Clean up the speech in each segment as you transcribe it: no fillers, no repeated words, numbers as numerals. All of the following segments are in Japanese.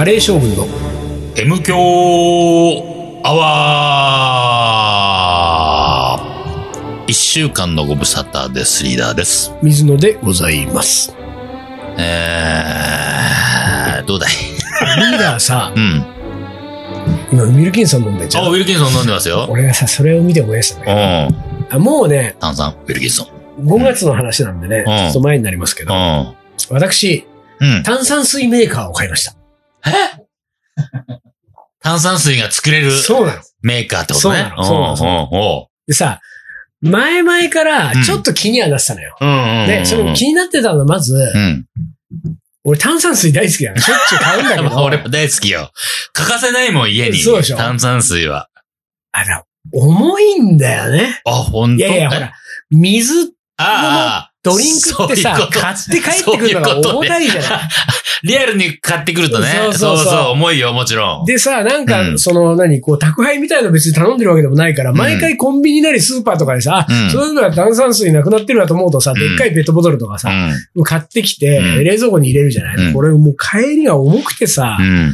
レー将軍の M 強アワー。1週間のご無沙汰です。リーダーです。 水野でございます。 どうだいリーダーさ、 うん。 今ウィルキンソン飲んでんじゃん。 ウィルキンソン飲んでますよ。 俺がさ、それを見て思い出したんだけど、もうね、 炭酸、ウィルキンソン。 5月の話なんでね、ちょっと前になりますけど、私、炭酸水メーカーを買いました。 炭酸水が作れるメーカーってことね。 そうなの。でさ、前々からちょっと気にはなってたのよ。で、それ気になってたのはまず、俺炭酸水大好きだからしょっちゅう買うんだけど。 俺も大好きよ。欠かせないもん、家に。 そうでしょ。 炭酸水は。 重いんだよね。 ほんと？ いやいや、ほら、水のドリンクってさ、買って帰ってくるのが重たいじゃない。 リアルに買ってくるとね。そう、重いよ、もちろん。 でさ、なんか、宅配みたいなの別に頼んでるわけでもないから、毎回コンビニなりスーパーとかでさ、そういうのは炭酸水なくなってるなと思うとさ、でっかいペットボトルとかさ、買ってきて、冷蔵庫に入れるじゃない。これもう帰りが重くてさ、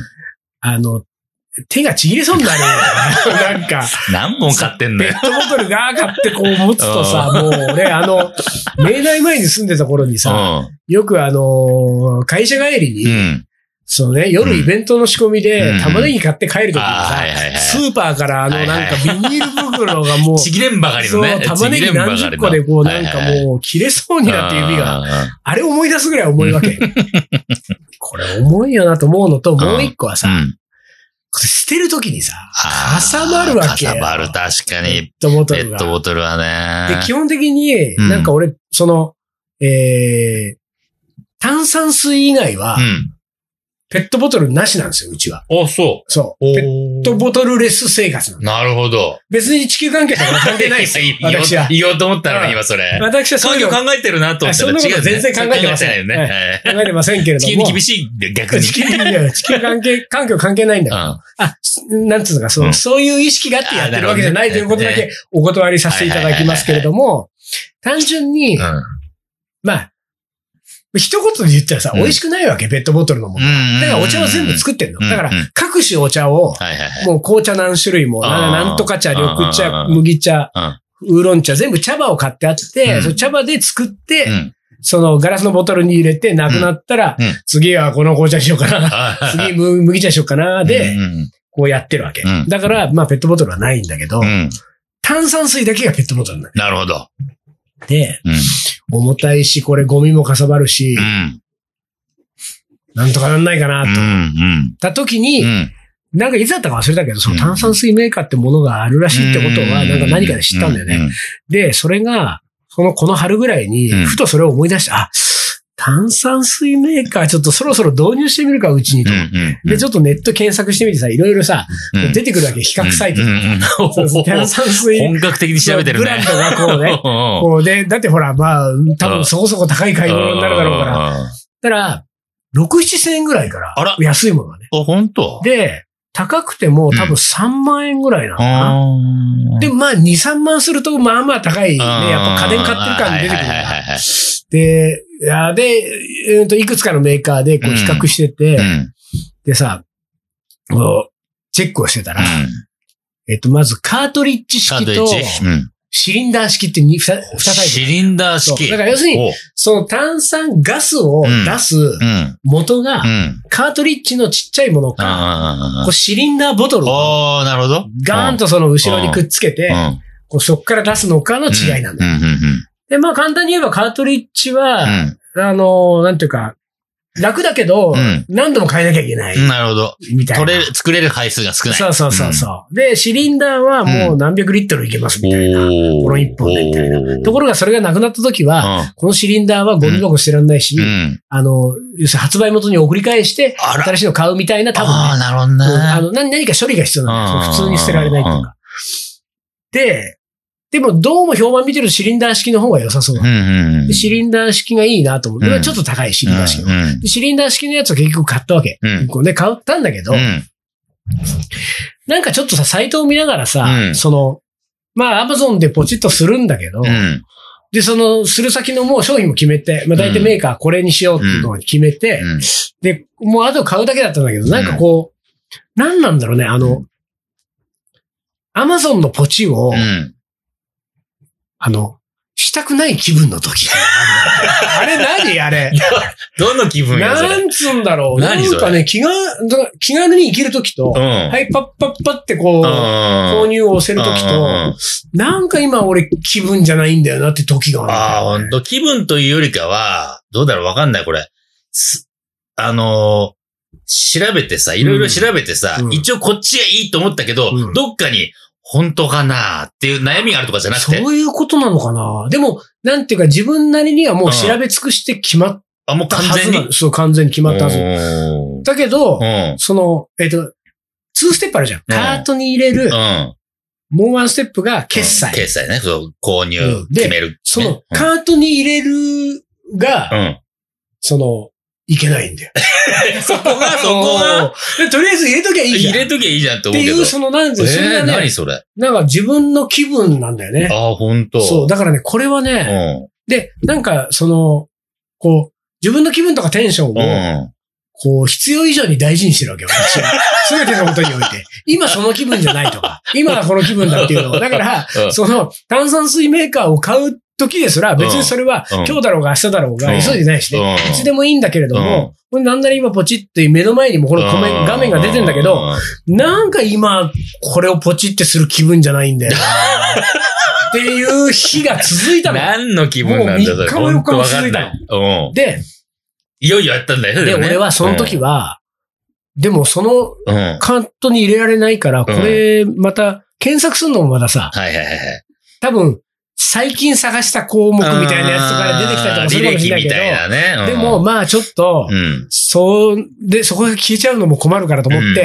手がちぎれそうになるよ。なんか。 何本買ってんのよ。 ペットボトルが買ってこう持つとさ、もう俺明大前に住んでた頃にさ、よく会社帰りに、夜イベントの仕込みで玉ねぎ買って帰るときにさ、スーパーからなんかビニール袋がもう、 ちぎれんばかりのね。 そう、玉ねぎ何十個でこうなんかもう切れそうになって指が、あれ思い出すぐらい重いわけ。これ重いよなと思うのと、もう一個はさ、捨てるときにさ、かさばるわけよ。 かさばる、確かに。 ペットボトルが。 ペットボトルはね。 で、基本的に、なんか俺、炭酸水以外は、ペットボトルなしなんですよ、うちは。 そう。 そう。ペットボトルレス生活なるほど。 別に地球関係とか関係ないですよ。私は。 言おうと思ったのに、今それ。 私はそういうの考えてるなと思ったら違う。 そんなこと全然考えてません。 考えてないよね。 考えてませんけれども。 地球に厳しい、逆に。 地球環境関係ないんだよ。なんつうのか、そういう意識があってやってるわけじゃないということだけお断りさせていただきますけれども、単純に、一言で言ったらさ、美味しくないわけ、ペットボトルのもの。だからお茶は全部作ってんの。だから、各種お茶を、もう紅茶何種類も、なんとか茶、緑茶、麦茶、ウーロン茶、全部茶葉を買ってあって、その茶葉で作って、そのガラスのボトルに入れて、なくなったら、次はこの紅茶にしようかな。次麦茶しようかな。で、こうやってるわけ。だから、ペットボトルはないんだけど、炭酸水だけがペットボトルなんだ。 なるほど。 で、重たいし、これゴミもかさばるし、なんとかなんないかなと。た時に、なんかいつだったか忘れたけど、その炭酸水メーカーってものがあるらしいってことは、なんか何かで知ったんだよね。で、それが、この春ぐらいに、ふとそれを思い出して、炭酸水メーカーちょっとそろそろ導入してみるか、うちにと。で、ちょっとネット検索してみてさ、いろいろさ、出てくるわけ、比較サイトとか。炭酸水。 本格的に調べてるね。 ブランドがこうね。こうで、だってほら、多分そこそこ高い買い物になるだろうから。だから、6、7千円ぐらいから、安いものがね。 本当？ で、高くても多分3万円ぐらいなのかな。で、2、3万すると、まあまあ高いね。やっぱ家電買ってる感出てくるから。で、いくつかのメーカーでこう比較してて、でさ、チェックをしてたら、まずカートリッジ式と、シリンダー式って2タイプ。 シリンダー式。 だから要するに、その炭酸ガスを出す元が、カートリッジのちっちゃいものか、こうシリンダーボトルを、 なるほど。 ガーンとその後ろにくっつけて、そっから出すのかの違いなんだよ。で、簡単に言えばカートリッジは、なんていうか、楽だけど、何度も変えなきゃいけない。 なるほど。 みたいな。 作れる回数が少ない。 そう。で、シリンダーはもう何百リットルいけますみたいな。この一本でみたいな。ところがそれがなくなった時は、このシリンダーはゴミ箱捨てらんないし、要するに発売元に送り返して、新しいの買うみたいな、多分ね。 なるほどね。 何か処理が必要なんだよ。普通に捨てられないとか。でもどうも評判見てるシリンダー式の方が良さそうだ。シリンダー式がいいなと思って、ちょっと高いシリンダー式の。シリンダー式のやつを結局買ったわけ。買ったんだけど、なんかちょっとさ、サイトを見ながらさ、アマゾンでポチッとするんだけど、 で、する先のもう商品も決めて、まあ大体メーカーこれにしようっていうのを決めて、で、もうあと買うだけだったんだけど、なんかこう、なんなんだろうね、アマゾンのポチを、したくない気分の時がある。あれ何あれ。 どの気分やそれ。 なんつうんだろう。なんかね、気軽に生きる時と、はい、パッパッパってこう、購入を押せる時と、なんか今俺気分じゃないんだよなって時がある。 ああ、ほんと。気分というよりかは、どうだろうわかんないこれ。調べてさ、いろいろ調べてさ、一応こっちがいいと思ったけど、どっかに、本当かなっていう悩みがあるとかじゃなくて。 そういうことなのかな。でも、なんていうか自分なりにはもう調べ尽くして決まったはず。もう完全にそう、完全に決まったはず。だけど、2ステップあるじゃん。カートに入れる。もう1ステップが決済。 決済ね。そう、購入、決める。 その、カートに入れるが、いけないんだよ。 そこが。 とりあえず入れときゃいいじゃん。 入れときゃいいじゃんって思うけど。 っていう、なんで、それがね。 何それ。 なんか自分の気分なんだよね。 ああ、ほんと。 そう。だからね、これはね、で、なんか、こう、自分の気分とかテンションを、こう、必要以上に大事にしてるわけよ、私は。すべてのことにおいて。今その気分じゃないとか、今はこの気分だっていうのを。だから、炭酸水メーカーを買う時ですら、別にそれは、今日だろうが明日だろうが、急いでないしね。いつでもいいんだけれども、これなんなら今ポチって目の前にもこの画面が出てんだけど、なんか今、これをポチってする気分じゃないんだよ。っていう日が続いたの。 何の気分なんだろう。 もう3日も4日も続いたの。で、 いよいよやったんだよね。 で、俺はその時は、でもカートに入れられないから、これまた検索するのもまださ、多分、最近探した項目みたいなやつとかで出てきたりとかするかもしれないけど、でもまあちょっと、そこが消えちゃうのも困るからと思って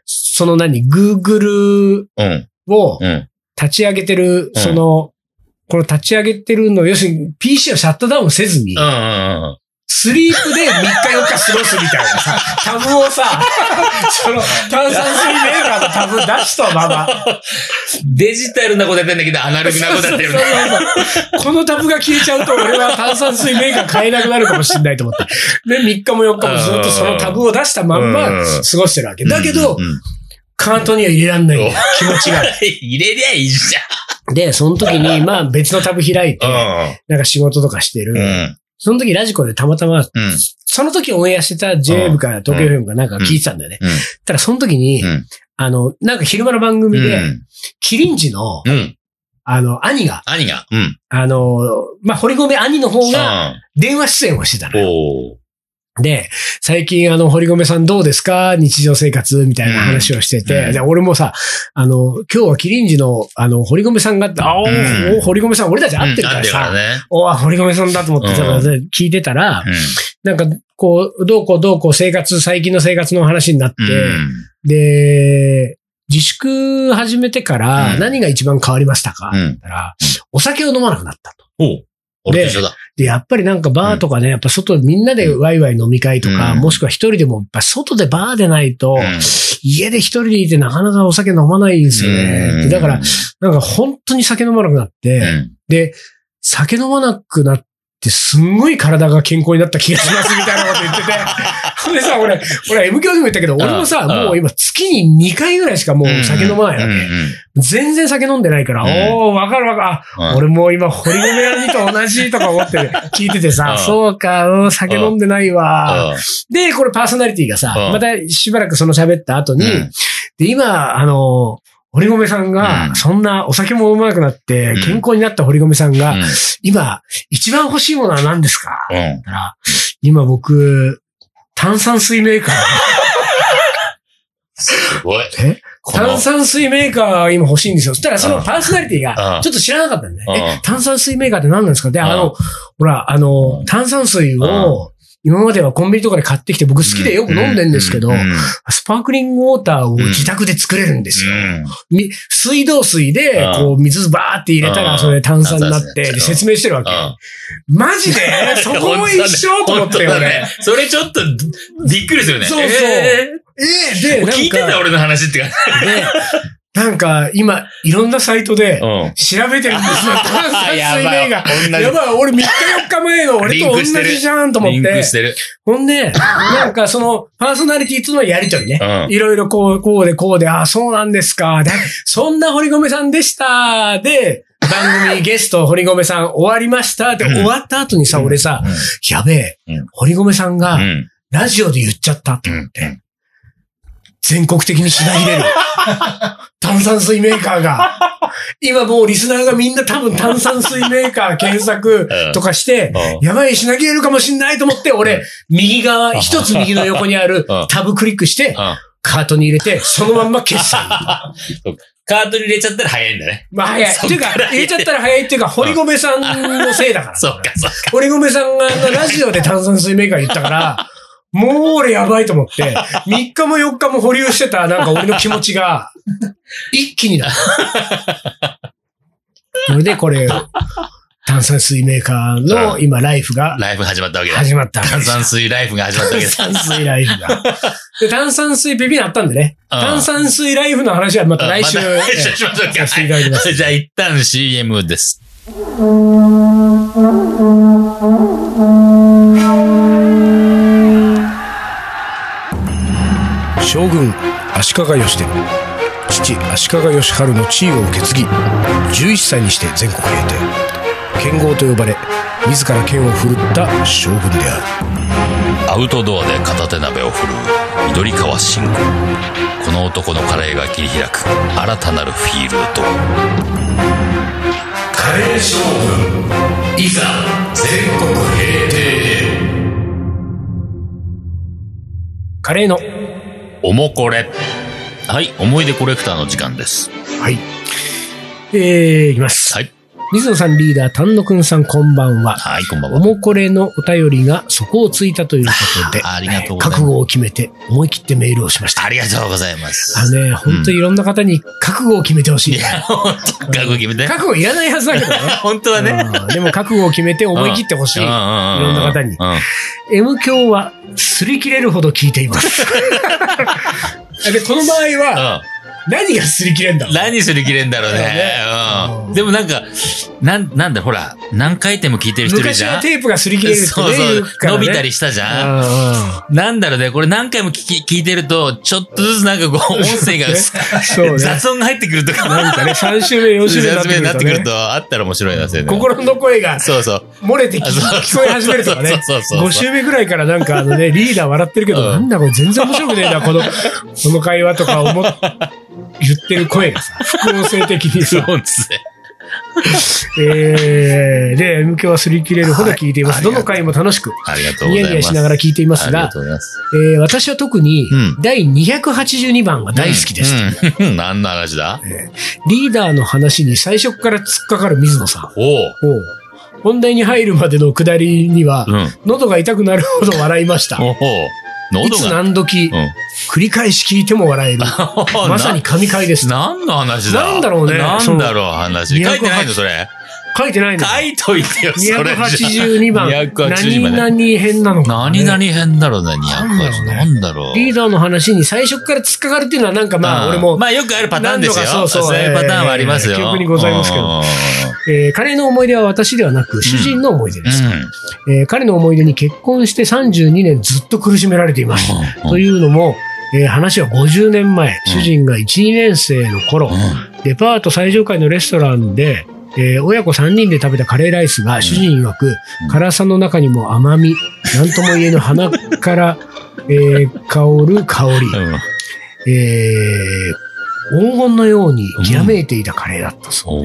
、Google を立ち上げてる、この立ち上げてるの、要するに PC をシャットダウンせずに、スリープで3日4日過ごすみたいなさ、タブをさ、炭酸水メーカーのタブ出しとまま。 デジタルなことやってんだけど、アナログなことやってる。 このタブが消えちゃうと、俺は炭酸水メーカー買えなくなるかもしれないと思って。で、3日も4日もずっとそのタブを出したまんま過ごしてるわけ。だけど、カートには入れらんないんだよ、気持ちが。 入れりゃいいじゃん。で、その時に、まあ別のタブ開いて、なんか仕事とかしてる。その時ラジコでたまたま、その時オンエアしてた J-Wave か東京 FM かなんか聞いてたんだよね。ただその時に、なんか昼間の番組で、キリンジの、兄が、まあ、堀米兄の方が電話出演をしてたのよ。で、最近堀米さんどうですか日常生活みたいな話をしてて、で俺もさ、今日はキリンジの、堀米さんが、堀米さん俺たち会ってるからさ、堀米さんだと思って聞いてたら、なんか、こう、どうこう最近の生活の話になって、で、自粛始めてから何が一番変わりましたかって言ったら、お酒を飲まなくなったと。で、やっぱりなんかバーとかね、やっぱ外みんなでワイワイ飲み会とか、もしくは一人でも、やっぱ外でバーでないと、家で一人でいてなかなかお酒飲まないんですよね。だから、なんか本当に酒飲まなくなって、で、酒飲まなくなってすんごい体が健康になった気がしますみたいなこと言ってて。でさ、俺 M 教でも言ったけど、俺もさ、もう今月に2回ぐらいしかもう酒飲まないわけ。全然酒飲んでないから、わかる。俺もう今、堀米兄と同じとか思って聞いててさ、そうか、酒飲んでないわ。で、これパーソナリティがさ、またしばらくその喋った後に、で、今、堀米さんが、そんなお酒も飲まなくなって、健康になった堀米さんが、今、一番欲しいものは何ですか今僕、炭酸水メーカー。 すごい。 炭酸水メーカー今欲しいんですよ。そしたらそのパーソナリティが、ちょっと知らなかったんだね。炭酸水メーカーって何なんですかで、ほら、炭酸水を、今まではコンビニとかで買ってきて僕好きでよく飲んでんですけど、スパークリングウォーターを自宅で作れるんですよ。水道水で、こう、水バーって入れたら、それで炭酸になって、で説明してるわけ。マジでそこも一緒と思ってよね。 それちょっと、びっくりするね。 そうそう。 で、聞いてた俺の話って感じ。 なんか、今、いろんなサイトで、調べてるんですよ。炭酸水メーカー。やばい、俺3日4日前の俺と同じじゃんと思って。 リンクしてる。 ほんで、なんかその、パーソナリティとのやりとりね。いろいろこうで、あ、そうなんですか。そんな堀米さんでした。で、番組ゲスト堀米さん終わりましたって終わった後にさ、俺さ、やべえ、堀米さんが、ラジオで言っちゃったと思って。全国的に品切れる。炭酸水メーカーが。今もうリスナーがみんな多分炭酸水メーカー検索とかして、やばい品切れるかもしんないと思って、俺、右側、一つ右の横にあるタブクリックして、カートに入れて、そのまんま決済。 カートに入れちゃったら早いんだね。 まあ早い。っていうか、入れちゃったら早いっていうか、堀米さんのせいだから。 そうか。 堀米さんがラジオで炭酸水メーカー言ったから、もう俺やばいと思って、3日も4日も保留してたなんか俺の気持ちが、一気になる。それでこれ、炭酸水メーカーの今ライフが。 ライフ始まったわけだ。 始まった。 炭酸水ライフが始まったわけだ。 炭酸水ライフが。で、炭酸水ペピにあったんでね。炭酸水ライフの話はまた来週。 しましょうか。じゃあ一旦 CM です。 将軍足利義輝、父足利義晴の地位を受け継ぎ、11歳にして全国平定、剣豪と呼ばれ自ら剣を振るった将軍である。 アウトドアで片手鍋を振るう緑川信吾。この男のカレーが切り開く新たなるフィールド。カレー将軍いざ全国平定。 カレーのおもこれ。はい、思い出コレクターの時間です。 はい。いきます。 はい。 水野さんリーダー、丹野くんさんこんばんは。 はい、こんばんは。 おもこれのお便りが底をついたということで、 ありがとうございます。 覚悟を決めて思い切ってメールをしました。 ありがとうございます。 本当にいろんな方に覚悟を決めてほしい。 いや、本当覚悟決めて。 覚悟いらないはずだけどね。 本当はね。 でも覚悟を決めて思い切ってほしい。いろんな方に。M 教は擦り切れるほど聞いています。で、この場合は、何が擦り切れんだろう。 何擦り切れんだろうね。でもなんか、なんだ、ほら、何回でも聞いてる人いるじゃん。 昔はテープが擦り切れるってね。 そう、伸びたりしたじゃん。なんだろうね、これ何回も聞いてると、ちょっとずつなんかこう、音声が、雑音が入ってくるとか。 なんかね、3週目、4週目になってくると、あったら面白いな、 心の声が、漏れて聞こえ始めるとかね。5週目ぐらいからなんかリーダー笑ってるけど、なんだこれ全然面白くねえな、この会話とか言ってる声がさ、副音声的にさ。 そうですね。 で、M 響は擦り切れるほど聞いています。どの回も楽しく、ニヤニヤしながら聞いていますが、私は特に、第282番が大好きです。 何の話だ？ リーダーの話に最初から突っかかる水野さん。本題に入るまでの下りには、喉が痛くなるほど笑いました。いつ何時、繰り返し聞いても笑える。まさに神回です。 何の話だ？ なんだろうね。 なんだろう話。書いてないのそれ。 書いてないの。 書いといてよ、それ。 282番。何々編なのか。 何々編だろうね、282。なんだろう。 リーダーの話に最初から突っかかるっていうのはなんか俺も。 まあよくあるパターンですよ。そういうパターンはありますよ。 記憶にございますけど。彼の思い出は私ではなく、主人の思い出です。彼の思い出に結婚して32年ずっと苦しめられています。というのも、話は50年前、主人が1、2年生の頃、デパート最上階のレストランで、親子3人で食べたカレーライスが主人曰く、辛さの中にも甘み、なんとも言えぬ鼻から、香る香り、黄金のようにきらめいていたカレーだったそうです。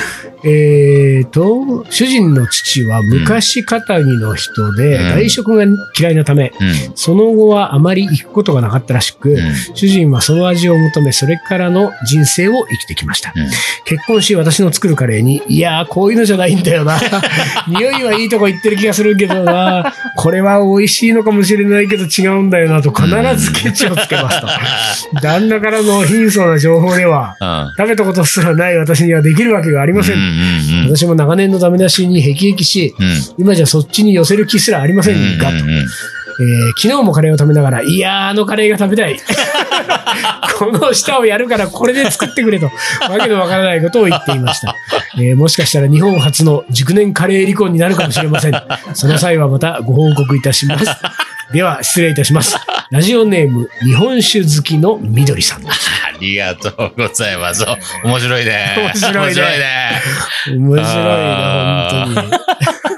主人の父は昔かたぎの人で、外食が嫌いなため、その後はあまり行くことがなかったらしく、主人はその味を求め、それからの人生を生きてきました。結婚し、私の作るカレーに、いやー、こういうのじゃないんだよな。匂いはいいとこ行ってる気がするけどな。これは美味しいのかもしれないけど違うんだよな、と必ずケチをつけますと。旦那からの貧相な情報では、食べたことすらない私にはできるわけがありません。私も長年のダメ出しに辟易し、今じゃそっちに寄せる気すらありませんが、 昨日もカレーを食べながら、いやー、あのカレーが食べたい。この舌をやるからこれで作ってくれと、わけのわからないことを言っていました。もしかしたら日本初の熟年カレー離婚になるかもしれません。その際はまたご報告いたします。では、失礼いたします。ラジオネーム、日本酒好きのみどりさんです。 ありがとうございます。面白いね。 面白いね。面白いね。面白いね、本当に。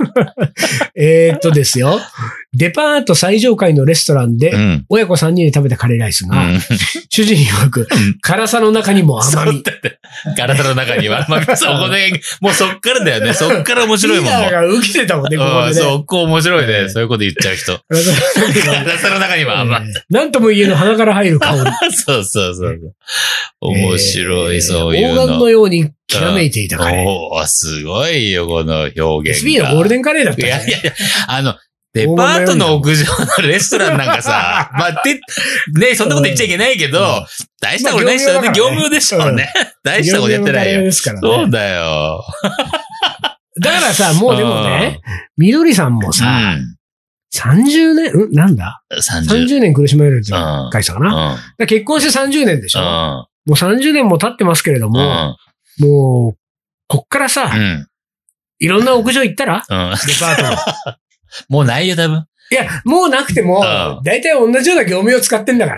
ですよ。デパート最上階のレストランで、親子3人で食べたカレーライスが、主人曰く、辛さの中にも甘み。 辛さの中には甘み。そこで、もうそっからだよね。そっから面白いもん。 だから受けてたもんね、ここでね。 そこ面白いね。そういうこと言っちゃう人。辛さの中には甘い。 なんとも言えぬ鼻から入る香り。 そうそうそう。面白い、そういうの。 黄金のようにきらめいていたカレー。 おー、すごいよ、この表現。 SB のゴールデンカレーだったね。 いやいやいや、デパートの屋上のレストランなんかさ、まあ、ね、そんなこと言っちゃいけないけど、大したことない人はね、業務でしょうね。大したことやってないよ。そうだよ。 だからさ、もうでもね、みどりさんもさ、30年、なんだ ?30 年苦しめられるって会社かな。結婚して30年でしょ。もう30年も経ってますけれども、もう、こっからさ、いろんな屋上行ったらデパートの。 もうないよ、多分。 いや、もうなくても、だいたい同じような業務を使ってんだから。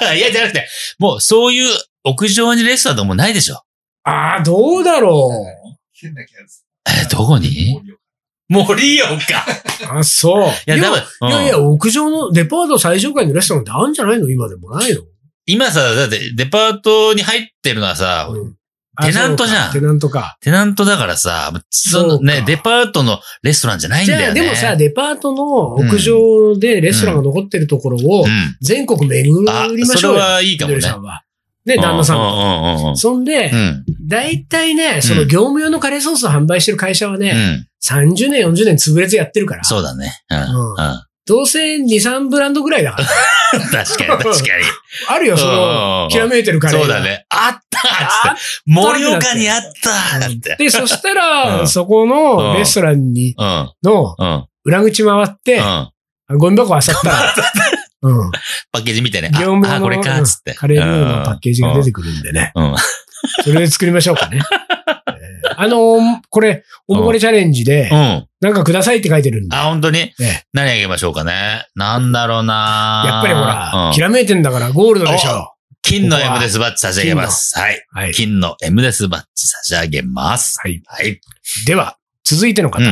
いや、じゃなくて、もうそういう屋上にレストランとかもないでしょ。 ああ、どうだろう。 どこに盛岡。 あ、そう。 いや、 いや、屋上のデパート最上階のレストランってあるんじゃないの今でもないの今さ、だってデパートに入ってるのはさ、テナントじゃん。 テナントか。 テナントだからさ、そのね、デパートのレストランじゃないんだよね。 じゃあでもさ、デパートの屋上でレストランが残ってるところを全国巡りましょうよ。 それはいいかもね。 ね、旦那さんと。そんで、大体ね、その業務用のカレーソースを販売してる会社はね、30年、40年潰れずやってるから。 そうだね。 どうせ2、3ブランドぐらいだから。 確かに、確かに。 あるよ、その、きらめいてるカレー。 そうだね。あった盛岡にあったって。 で、そしたら、そこのレストランに、の、裏口回って、ゴミ箱あさったら、 パッケージ見てね。 業務用のこれか、つって。 カレールーのパッケージが出てくるんでね。それで作りましょうかね。これ、おもこれチャレンジで、なんかくださいって書いてるんで。 あ、本当に何あげましょうかね。なんだろうなやっぱりほら、きらめいてんだからゴールドでしょ。 金の M デスバッジ差し上げます。はい。金の M デスバッジ差し上げます。 はい。では、続いての方。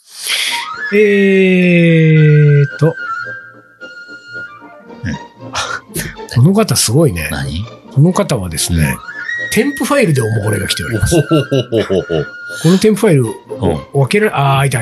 この方すごいね。 何？ この方はですね、添付ファイルでおもこれが来ております。この添付ファイルを分ける、開いた。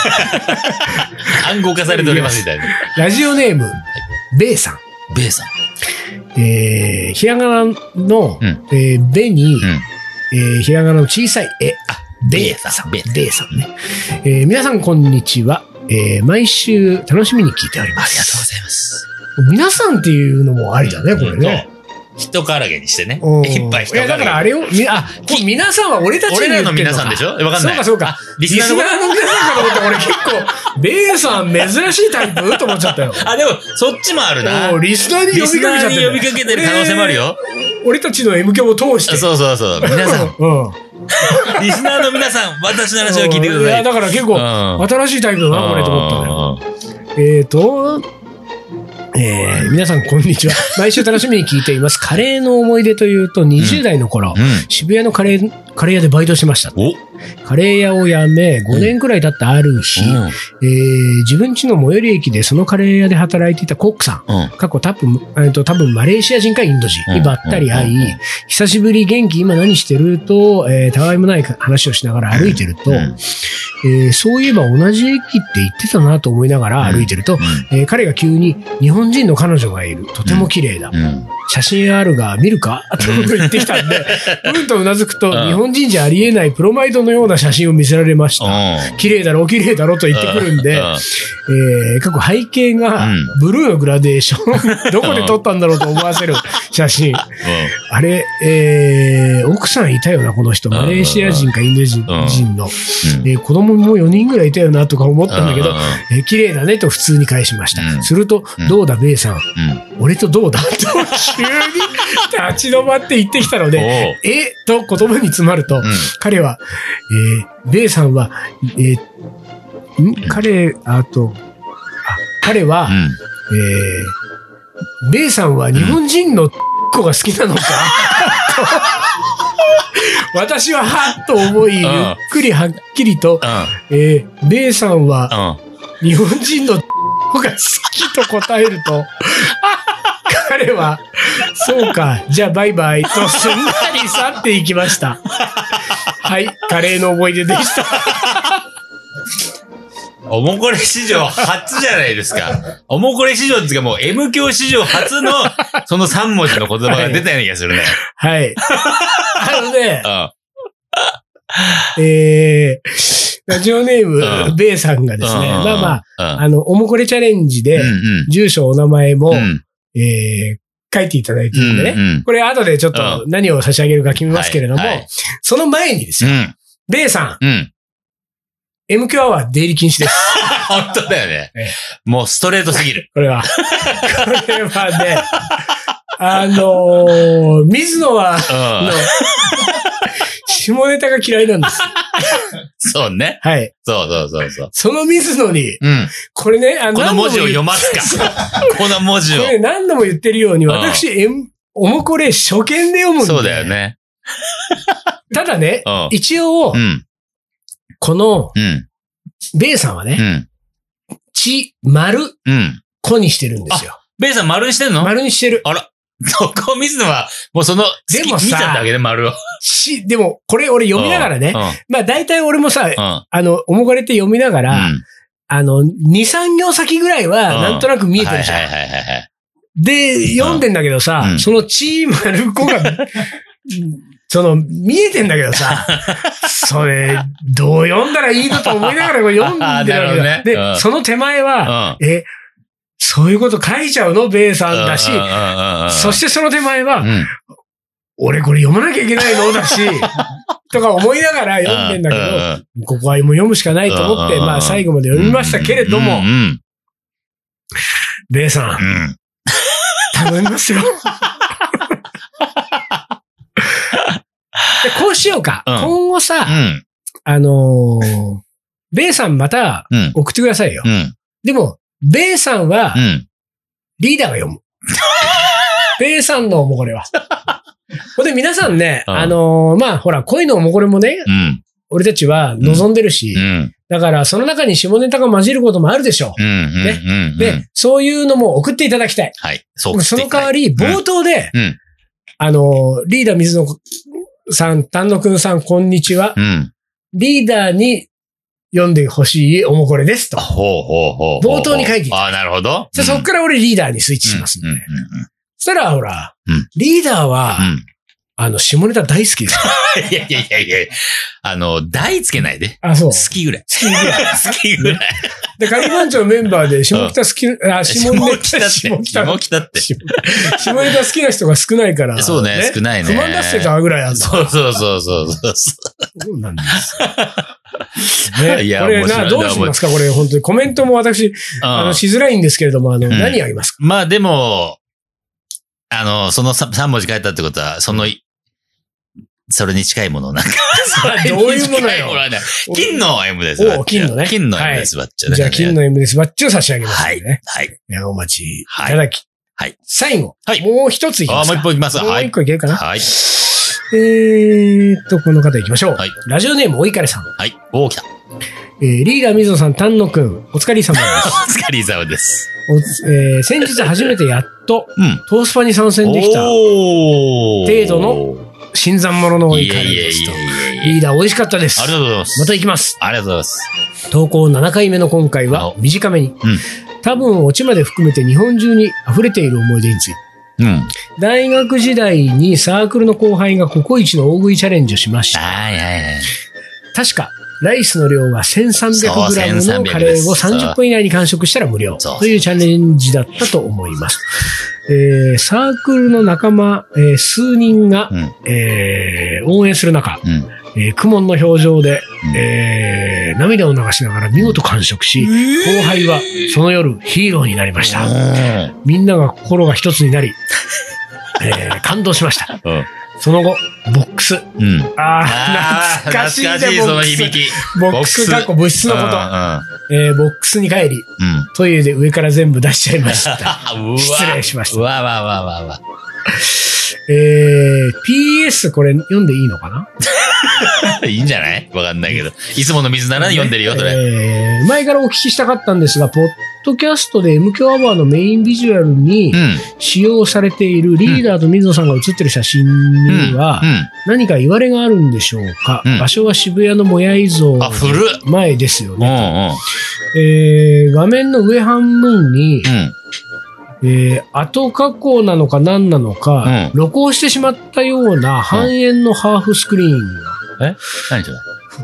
暗号化されておりますみたいな。 ラジオネーム、ベイさん。 ベイさん。 ひらがなの、ベに、ひらがなの小さい絵。ベイさん。ベイさんね。皆さんこんにちは。毎週楽しみに聞いております。 ありがとうございます。 皆さんっていうのもありだね、これね。 一からげにしてね。いっぱい人からげ。 いや、だからあれを、皆さんは俺たちに言って俺らの皆さんでしょわかんない。 そうか。リスナーの皆さんかと思って俺結構、ベイさん珍しいタイプと思っちゃったよ。 あ、でも、そっちもあるな。 リスナーに呼びかけちゃってる。 呼びかけてる可能性もあるよ。 俺たちの M 響を通して。 そう。皆さん。リスナーの皆さん、私の話を聞いてください。 いや、だから結構、新しいタイプだな、これと思ったのよ。皆さんこんにちは。毎週楽しみに聞いています。カレーの思い出というと、20代の頃、渋谷のカレー屋でバイトしてました。カレー屋を辞め、5年くらい経ったある日、自分家の最寄り駅でそのカレー屋で働いていたコックさん、過去多分マレーシア人かインド人にばったり会い、久しぶり元気今何してると、たわいもない話をしながら歩いてると、そういえば同じ駅って言ってたなと思いながら歩いてると、彼が急に日本人の彼女がいる。とても綺麗だ。写真あるが見るかと言ってきたんで、とうなずくと、日本人じゃありえないプロマイドののような写真を見せられました。綺麗だろ、綺麗だろと言ってくるんで、過去背景がブルーのグラデーション。どこで撮ったんだろうと思わせる写真。あれ、奥さんいたよな、この人。マレーシア人かインド人の。子供も4人ぐらいいたよな、とか思ったんだけど、綺麗だねと普通に返しました。すると、どうだ、ベイさん。俺とどうだと急に立ち止まって言ってきたので、と言葉に詰まると、彼は、ベイさんは、彼は、ベイさんは日本人の子が好きなのか私ははっと思い、ゆっくりはっきりと、ベイさんは日本人の子が好きと答えると、彼は、そうか、じゃあバイバイとすんなり去っていきました。はい、カレーの思い出でした。 おもこれ史上初じゃないですか。おもこれ史上っていうかもう M 教史上初のその3文字の言葉が出たような気がするね。 はい。ラジオネーム、ベイさんがですね、おもこれチャレンジで、住所お名前も、書いていただいてるんでね。これ後でちょっと何を差し上げるか決めますけれども、その前にですよ、ベイさん、M 響アワー出入り禁止です。 本当だよね。もうストレートすぎる。 これはね、水野は、下ネタが嫌いなんです。 そうね。 はい。 そう。 その水野に、これね、 この文字を読ますか。この文字を。 これ何度も言ってるように、私、おもこれ初見で読むんで。 そうだよね。 ただね、一応、この、ベイさんはね、丸、子にしてるんですよ。 ベイさん丸にしてんの？ 丸にしてる。 あら。そこを見るのは、もうその、 でもさ、 見ちゃったわけね、丸を。 でも、これ俺読みながらね、大体俺もさ、おもこれって読みながら、2、3行先ぐらいは、なんとなく見えてるじゃん。で、読んでんだけどさ、その丸子が、見えてんだけどさ、それ、どう読んだらいいのと思いながら読んでるわけだ。で、その手前は、そういうこと書いちゃうのベイさんだし、そしてその手前は、俺これ読まなきゃいけないのだし、とか思いながら読んでんだけど、ここはもう読むしかないと思って、最後まで読みましたけれども、ベイさん、頼みますよ。こうしようか。今後さ、ベイさんまた送ってくださいよ。でも、ベイさんは、リーダーが読む。ベイさんのおもこれは。ほんで皆さんね、ほら、恋のおもこれもね、俺たちは望んでるし、だからその中に下ネタが混じることもあるでしょう。で、そういうのも送っていただきたい。はい。その代わり、冒頭で、リーダー水野さん、丹野くんさん、こんにちは。リーダーに読んでほしいおもこれですと。冒頭に書いていた。 なるほど。 そっから俺リーダーにスイッチしますんで。そしたら、ほら、リーダーは、下ネタ大好きです。 いや。大つけないで。 そう。 好きぐらい。好きぐらい。 で、カリバンチョのメンバーで下北好き、下北って。下ネタ好きな人が少ないから。 そうね、少ないね。 不満出してたぐらいあるんだ。 そう。 そうなんですね。いや、これどうしますかこれ、本当に。コメントも私、しづらいんですけれども、何ありますか？ でも、その3文字書いたってことは、それに近いものなんか。 どういうものよ。 金の M です。 金のね。 金の M ですバッチョ。 じゃあ金の M ですバッチを差し上げますね。 はい。 お待ちいただき。はい。最後。 はい。 もう一ついきますか。 もう一本いきます。 もう一個いけるかな。 はい。 この方いきましょう。はい。ラジオネームおいかれさん。 はい。来た。 リーダー水野さん、丹野くん、お疲れ様です。 お疲れ様です。 先日初めてやっと、トースパに参戦できた、程度の新参者のおいかれですと。リーダー美味しかったです。 ありがとうございます。 また行きます。 ありがとうございます。 投稿7回目の今回は短めに。多分オチまで含めて日本中に溢れている思い出について。大学時代にサークルの後輩がココイチの大食いチャレンジをしました。 確か、ライスの量は 1300g のカレーを30分以内に完食したら無料というチャレンジだったと思います。サークルの仲間、数人が、応援する中、苦悶の表情で、涙を流しながら見事完食し、後輩はその夜ヒーローになりました。みんなが心が一つになり、感動しました。その後、ボックス。懐かしいね、 その響き。 ボックス、物質のこと。ボックスに帰り、トイレで上から全部出しちゃいました。失礼しました。PS これ読んでいいのかないいんじゃないわかんないけど。いつもの水なら読んでるよ、それ。 前からお聞きしたかったんですが、ポッドキャストで M 響アワーのメインビジュアルに使用されているリーダーと水野さんが写ってる写真には何か言われがあるんでしょうか。場所は渋谷のもやい像前ですよね。画面の上半分に、後加工なのか何なのか、録音してしまったような半円のハーフスクリーンが。 何それ？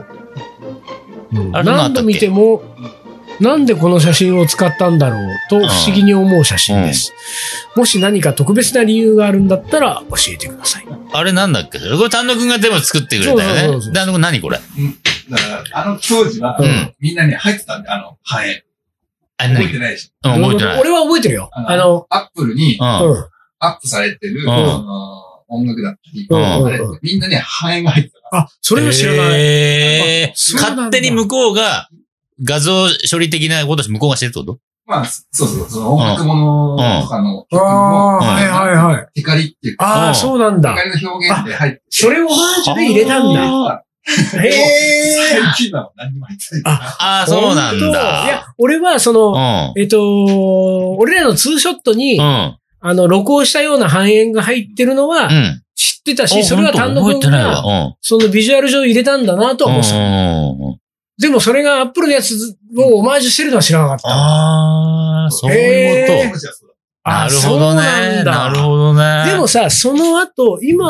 何度見ても、なんでこの写真を使ったんだろうと不思議に思う写真です。もし何か特別な理由があるんだったら教えてください。 あれなんだっけ？これ丹野くんが全部作ってくれたよね。丹野くん何これ？ だから、当時は、みんなに入ってたんで、半円。覚えてないでしょ。 覚えてない。 俺は覚えてるよ。 アップルに、アップされてる、音楽だったり、みんなね、半円が入ってた。 あ、それは知らない。 勝手に向こうが、画像処理的なこと向こうがしてるってこと？ まあ、そう、その音楽ものとかの曲も、テカリっていうか、 そうなんだ。 テカリの表現で入って。 それをマージで入れたんだ。 最近は何も入ってない。 そうなんだ。 いや、俺は俺らのツーショットに、録音したような半円が入ってるのは、知ってたし、それは丹野くんが、そのビジュアル上入れたんだなとは思ってた。でもそれがアップルのやつをオマージュしてるのは知らなかった。 そういうこと。なるほどね。なるほどね。 でもさ、その後、今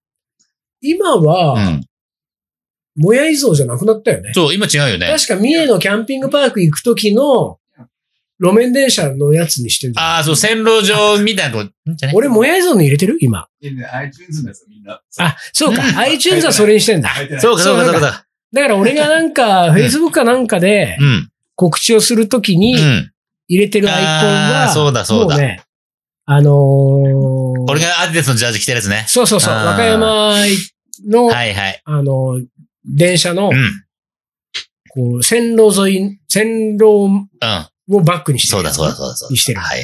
は、もやい像じゃなくなったよね。 そう、今違うよね。 確か三重のキャンピングパーク行くときの路面電車のやつにしてる。 そう、線路上みたいなとこ。 俺、もやい像に入れてる今。 iTunes のやつみんな。 そうか。iTunes はそれにしてんだ。 そうか。 だから俺がなんか、Facebook かなんかで、告知をするときに、入れてるアイコンは、 そうだ。 もうね、 俺がアディダスのジャージ着てるやつね。 そう。和歌山の、電車の、こう、線路をバックにしてる。 そうだ。 にしてる。 はい。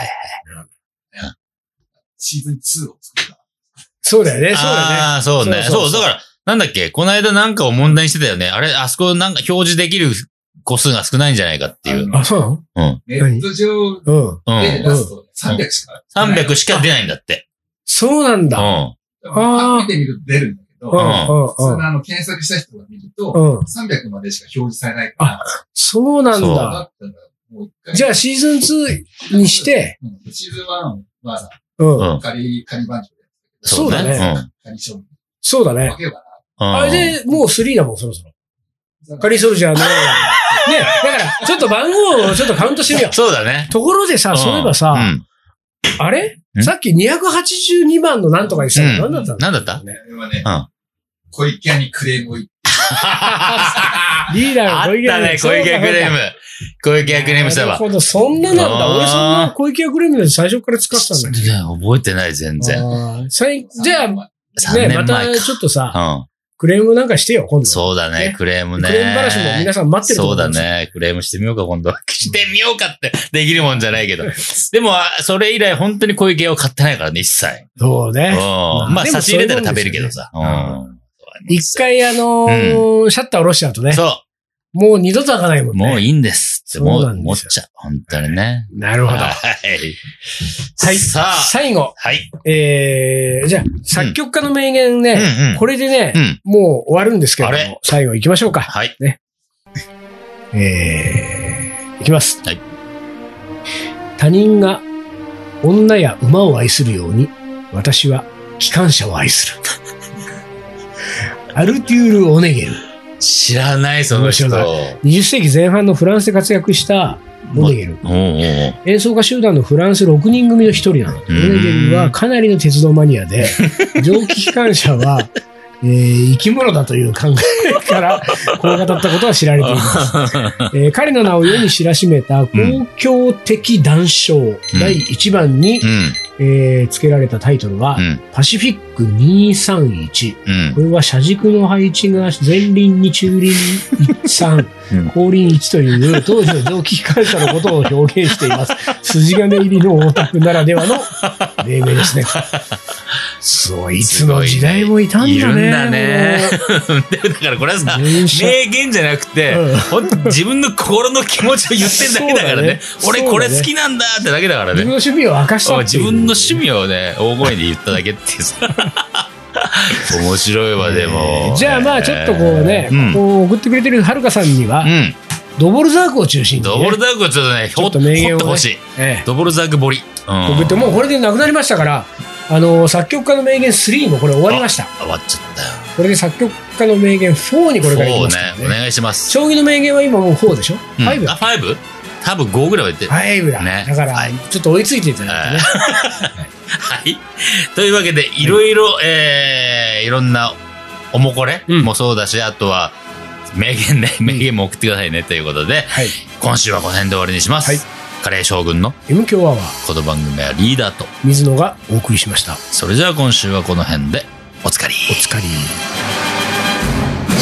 シーズン2を作った。 そうだよね。 そうね。そう、だから、なんだっけ、この間なんかを問題にしてたよね。あそこなんか表示できる個数が少ないんじゃないかっていう。 そうなの？ネット上で出すと300しか。 300しか出ないんだって。 そうなんだ。 見てみると出るんだけど、それ検索した人が見ると、300までしか表示されないから。 そうなんだ。じゃあシーズン2にして、 シーズン1はさ、仮番長でやってそうだね。 仮勝負。 そうだね。あれで、もう3だもん、そろそろ。カリソルジャーの。ね、だから、ちょっと番号をちょっとカウントしてみよう。 そうだね。 ところでさ、そういえばさ、あれさっき282番のなんとかにしたの何だったの？ 何だった？ これはね、小池屋にクレームを言って。 リーダーが小池屋。 あったね、小池屋クレーム。小池屋クレームしたわ。 なるほど、そんななんだ。俺そんな小池屋クレームで最初から使ってたんだけど。 いや、覚えてない、全然。 じゃあ、ね、またちょっとさ、クレームなんかしてよ、今度。 そうだね、クレームね。 クレーム話も皆さん待ってると思う。 そうだね、クレームしてみようか、今度。してみようかってできるもんじゃないけど。でも、それ以来本当に小池屋を買ってないからね、一切。 そうね。 まあ、差し入れたら食べるけどさ。 一回シャッター下ろしちゃうとね。 そう。 もう二度と開かないもんね。 もういいんですって、もう思っちゃう。本当にね。 なるほど。はい。さあ。最後。 はい。 じゃあ、作曲家の名言ね、これでね、もう終わるんですけども、最後行きましょうか。 はい。 ね。いきます。 はい。 他人が女や馬を愛するように、私は機関車を愛する。アルテュール・オネゲル。 知らない、その人。 20世紀前半のフランスで活躍したモネゲル。演奏家集団のフランス6人組の一人なの。モネゲルはかなりの鉄道マニアで、蒸気機関車は、生き物だという考えからこう語ったことは知られています。彼の名を世に知らしめた公共的談笑第1番に、付けられたタイトルは、パシフィック231。これは車軸の配置が前輪に中輪3、後輪1という当時の蒸気機関車のことを表現しています。筋金入りのオタクならではの命名ですね。すごい、いつの時代もいたんだね。いるんだね。 だからこれはさ、名言じゃなくて、自分の心の気持ちを言ってるだけだからね。俺これ好きなんだってだけだからね。 自分の趣味を明かしたっていう。 自分の趣味をね、大声で言っただけっていうさ。面白いわ、でも。 じゃあまあちょっとこうね、こう送ってくれてるはるかさんには、ドボルザークを中心に、 ドボルザークをちょっとね、掘ってほしい。ドボルザーク掘り。 送って、もうこれでなくなりましたから、作曲家の名言3もこれ終わりました。 終わっちゃったよ。 これで作曲家の名言4にこれからいきますからね。 お願いします。 将棋の名言は今もう4でしょ？ 5？ あ、5？多分5ぐらいは言ってる。5だ。ね。だから、ちょっと追いついていただいてね。 はい。というわけで、いろいろ、いろんなおもこれもそうだし、あとは、名言ね、名言も送ってくださいね、ということで、今週はこの辺で終わりにします。カレー将軍の M 強アワー。 この番組はリーダーと水野がお送りしました。 それじゃあ今週はこの辺でおつかり。 おつかり。